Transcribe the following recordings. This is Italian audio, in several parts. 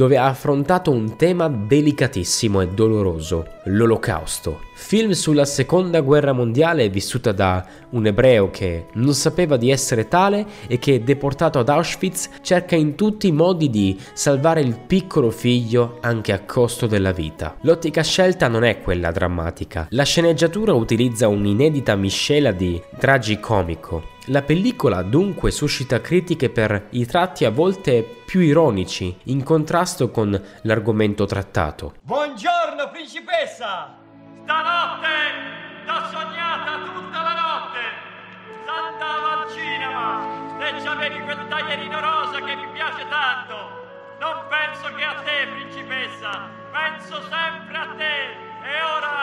dove ha affrontato un tema delicatissimo e doloroso, l'Olocausto. Film sulla seconda guerra mondiale vissuta da un ebreo che non sapeva di essere tale e che, deportato ad Auschwitz, cerca in tutti i modi di salvare il piccolo figlio anche a costo della vita. L'ottica scelta non è quella drammatica. La sceneggiatura utilizza un'inedita miscela di tragicomico. La pellicola dunque suscita critiche per i tratti a volte più ironici, in contrasto con l'argomento trattato. Buongiorno principessa! Stanotte t'ho sognata tutta la notte! S'andava al cinema e c'avevi quel taglierino rosa che mi piace tanto! Non penso che a te, principessa! Penso sempre a te! E ora...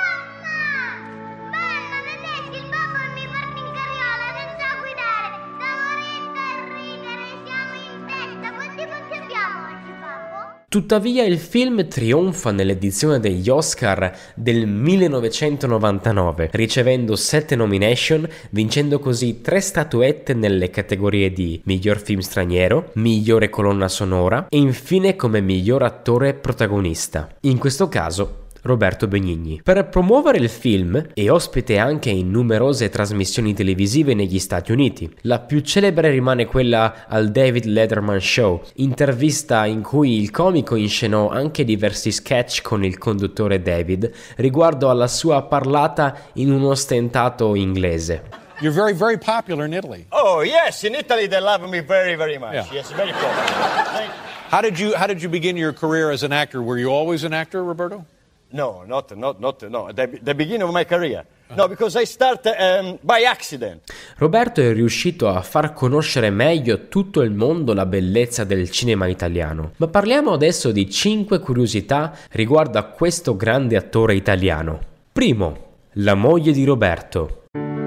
Mamma, vedete, il babbo mi porta in carriola, non so guidare, da morire a ridere, siamo in festa, quanti punti abbiamo oggi, babbo? Tuttavia il film trionfa nell'edizione degli Oscar del 1999, ricevendo 7 nomination, vincendo così 3 statuette nelle categorie di miglior film straniero, migliore colonna sonora e infine come miglior attore protagonista. In questo caso Roberto Benigni. Per promuovere il film è ospite anche in numerose trasmissioni televisive negli Stati Uniti. La più celebre rimane quella al David Letterman Show, intervista in cui il comico inscenò anche diversi sketch con il conduttore David riguardo alla sua parlata in un ostentato inglese. You're very, very popular in Italy. Oh yes, in Italy they love me very, very much. Yeah. Yes, very popular. Thank you. How did you begin your career as an actor? Were you always an actor, Roberto? No, not the beginning of my career. No, because I started by accident. Roberto è riuscito a far conoscere meglio a tutto il mondo la bellezza del cinema italiano. Ma parliamo adesso di 5 curiosità riguardo a questo grande attore italiano. Primo, la moglie di Roberto.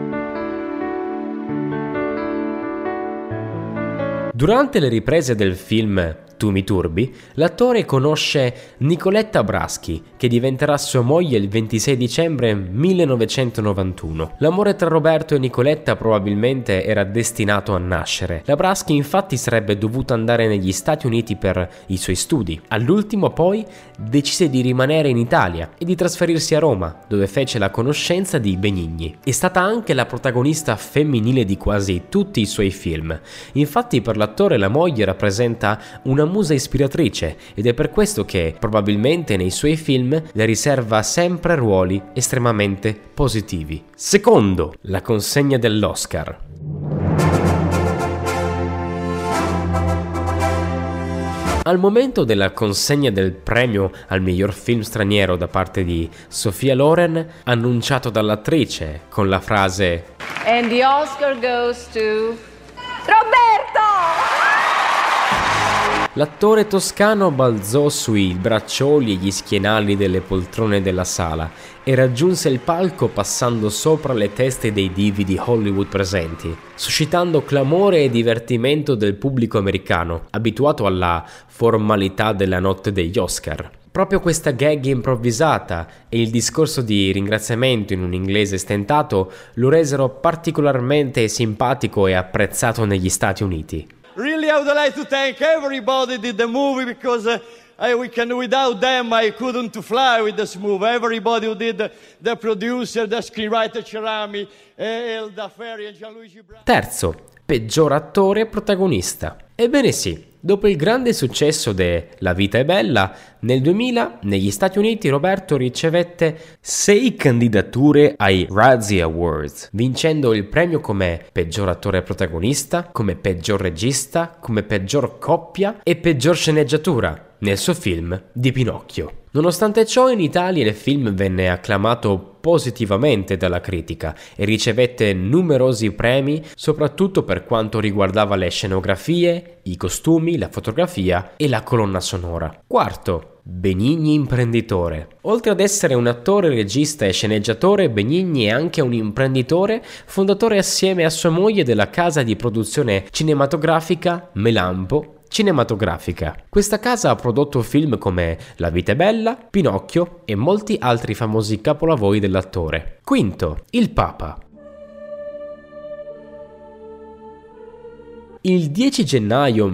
Durante le riprese del film Tu mi turbi, l'attore conosce Nicoletta Braschi, che diventerà sua moglie il 26 dicembre 1991. L'amore tra Roberto e Nicoletta probabilmente era destinato a nascere. La Braschi infatti sarebbe dovuta andare negli Stati Uniti per i suoi studi. All'ultimo poi decise di rimanere in Italia e di trasferirsi a Roma, dove fece la conoscenza di Benigni. È stata anche la protagonista femminile di quasi tutti i suoi film. Infatti per l'attore la moglie rappresenta una musa ispiratrice ed è per questo che probabilmente nei suoi film le riserva sempre ruoli estremamente positivi. Secondo, la consegna dell'Oscar. Al momento della consegna del premio al miglior film straniero da parte di Sophia Loren, annunciato dall'attrice con la frase And the Oscar goes to Roberto! l'attore toscano balzò sui braccioli e gli schienali delle poltrone della sala e raggiunse il palco passando sopra le teste dei divi di Hollywood presenti, suscitando clamore e divertimento del pubblico americano, abituato alla formalità della notte degli Oscar. Proprio questa gag improvvisata e il discorso di ringraziamento in un inglese stentato lo resero particolarmente simpatico e apprezzato negli Stati Uniti. Really, I would like to thank everybody did the movie because without them I couldn't fly with this movie. Everybody who did the producer, the screenwriter Cerami, Elda Ferri e Gianluigi Bravo. Terzo, peggior attore protagonista. Ebbene sì, dopo il grande successo de La vita è bella, nel 2000 negli Stati Uniti Roberto ricevette 6 candidature ai Razzie Awards, vincendo il premio come peggior attore protagonista, come peggior regista, come peggior coppia e peggior sceneggiatura nel suo film di Pinocchio. Nonostante ciò, in Italia il film venne acclamato positivamente dalla critica e ricevette numerosi premi, soprattutto per quanto riguardava le scenografie, i costumi, la fotografia e la colonna sonora. Quarto, Benigni imprenditore. Oltre ad essere un attore, regista e sceneggiatore, Benigni è anche un imprenditore, fondatore assieme a sua moglie della casa di produzione cinematografica Melampo Cinematografica. Questa casa ha prodotto film come La vita è bella, Pinocchio e molti altri famosi capolavori dell'attore. Quinto, il Papa. Il 10 gennaio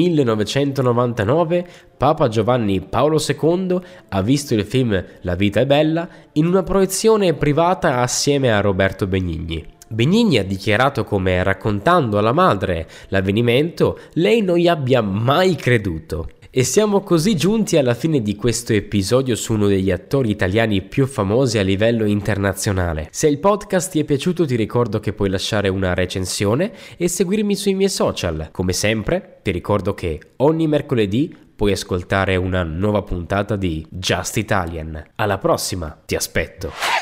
1999 Papa Giovanni Paolo II ha visto il film La vita è bella in una proiezione privata assieme a Roberto Benigni. Benigni ha dichiarato come, raccontando alla madre l'avvenimento, lei non gli abbia mai creduto. E siamo così giunti alla fine di questo episodio su uno degli attori italiani più famosi a livello internazionale. Se il podcast ti è piaciuto ti ricordo che puoi lasciare una recensione e seguirmi sui miei social. Come sempre ti ricordo che ogni mercoledì puoi ascoltare una nuova puntata di Just Italian. Alla prossima, ti aspetto!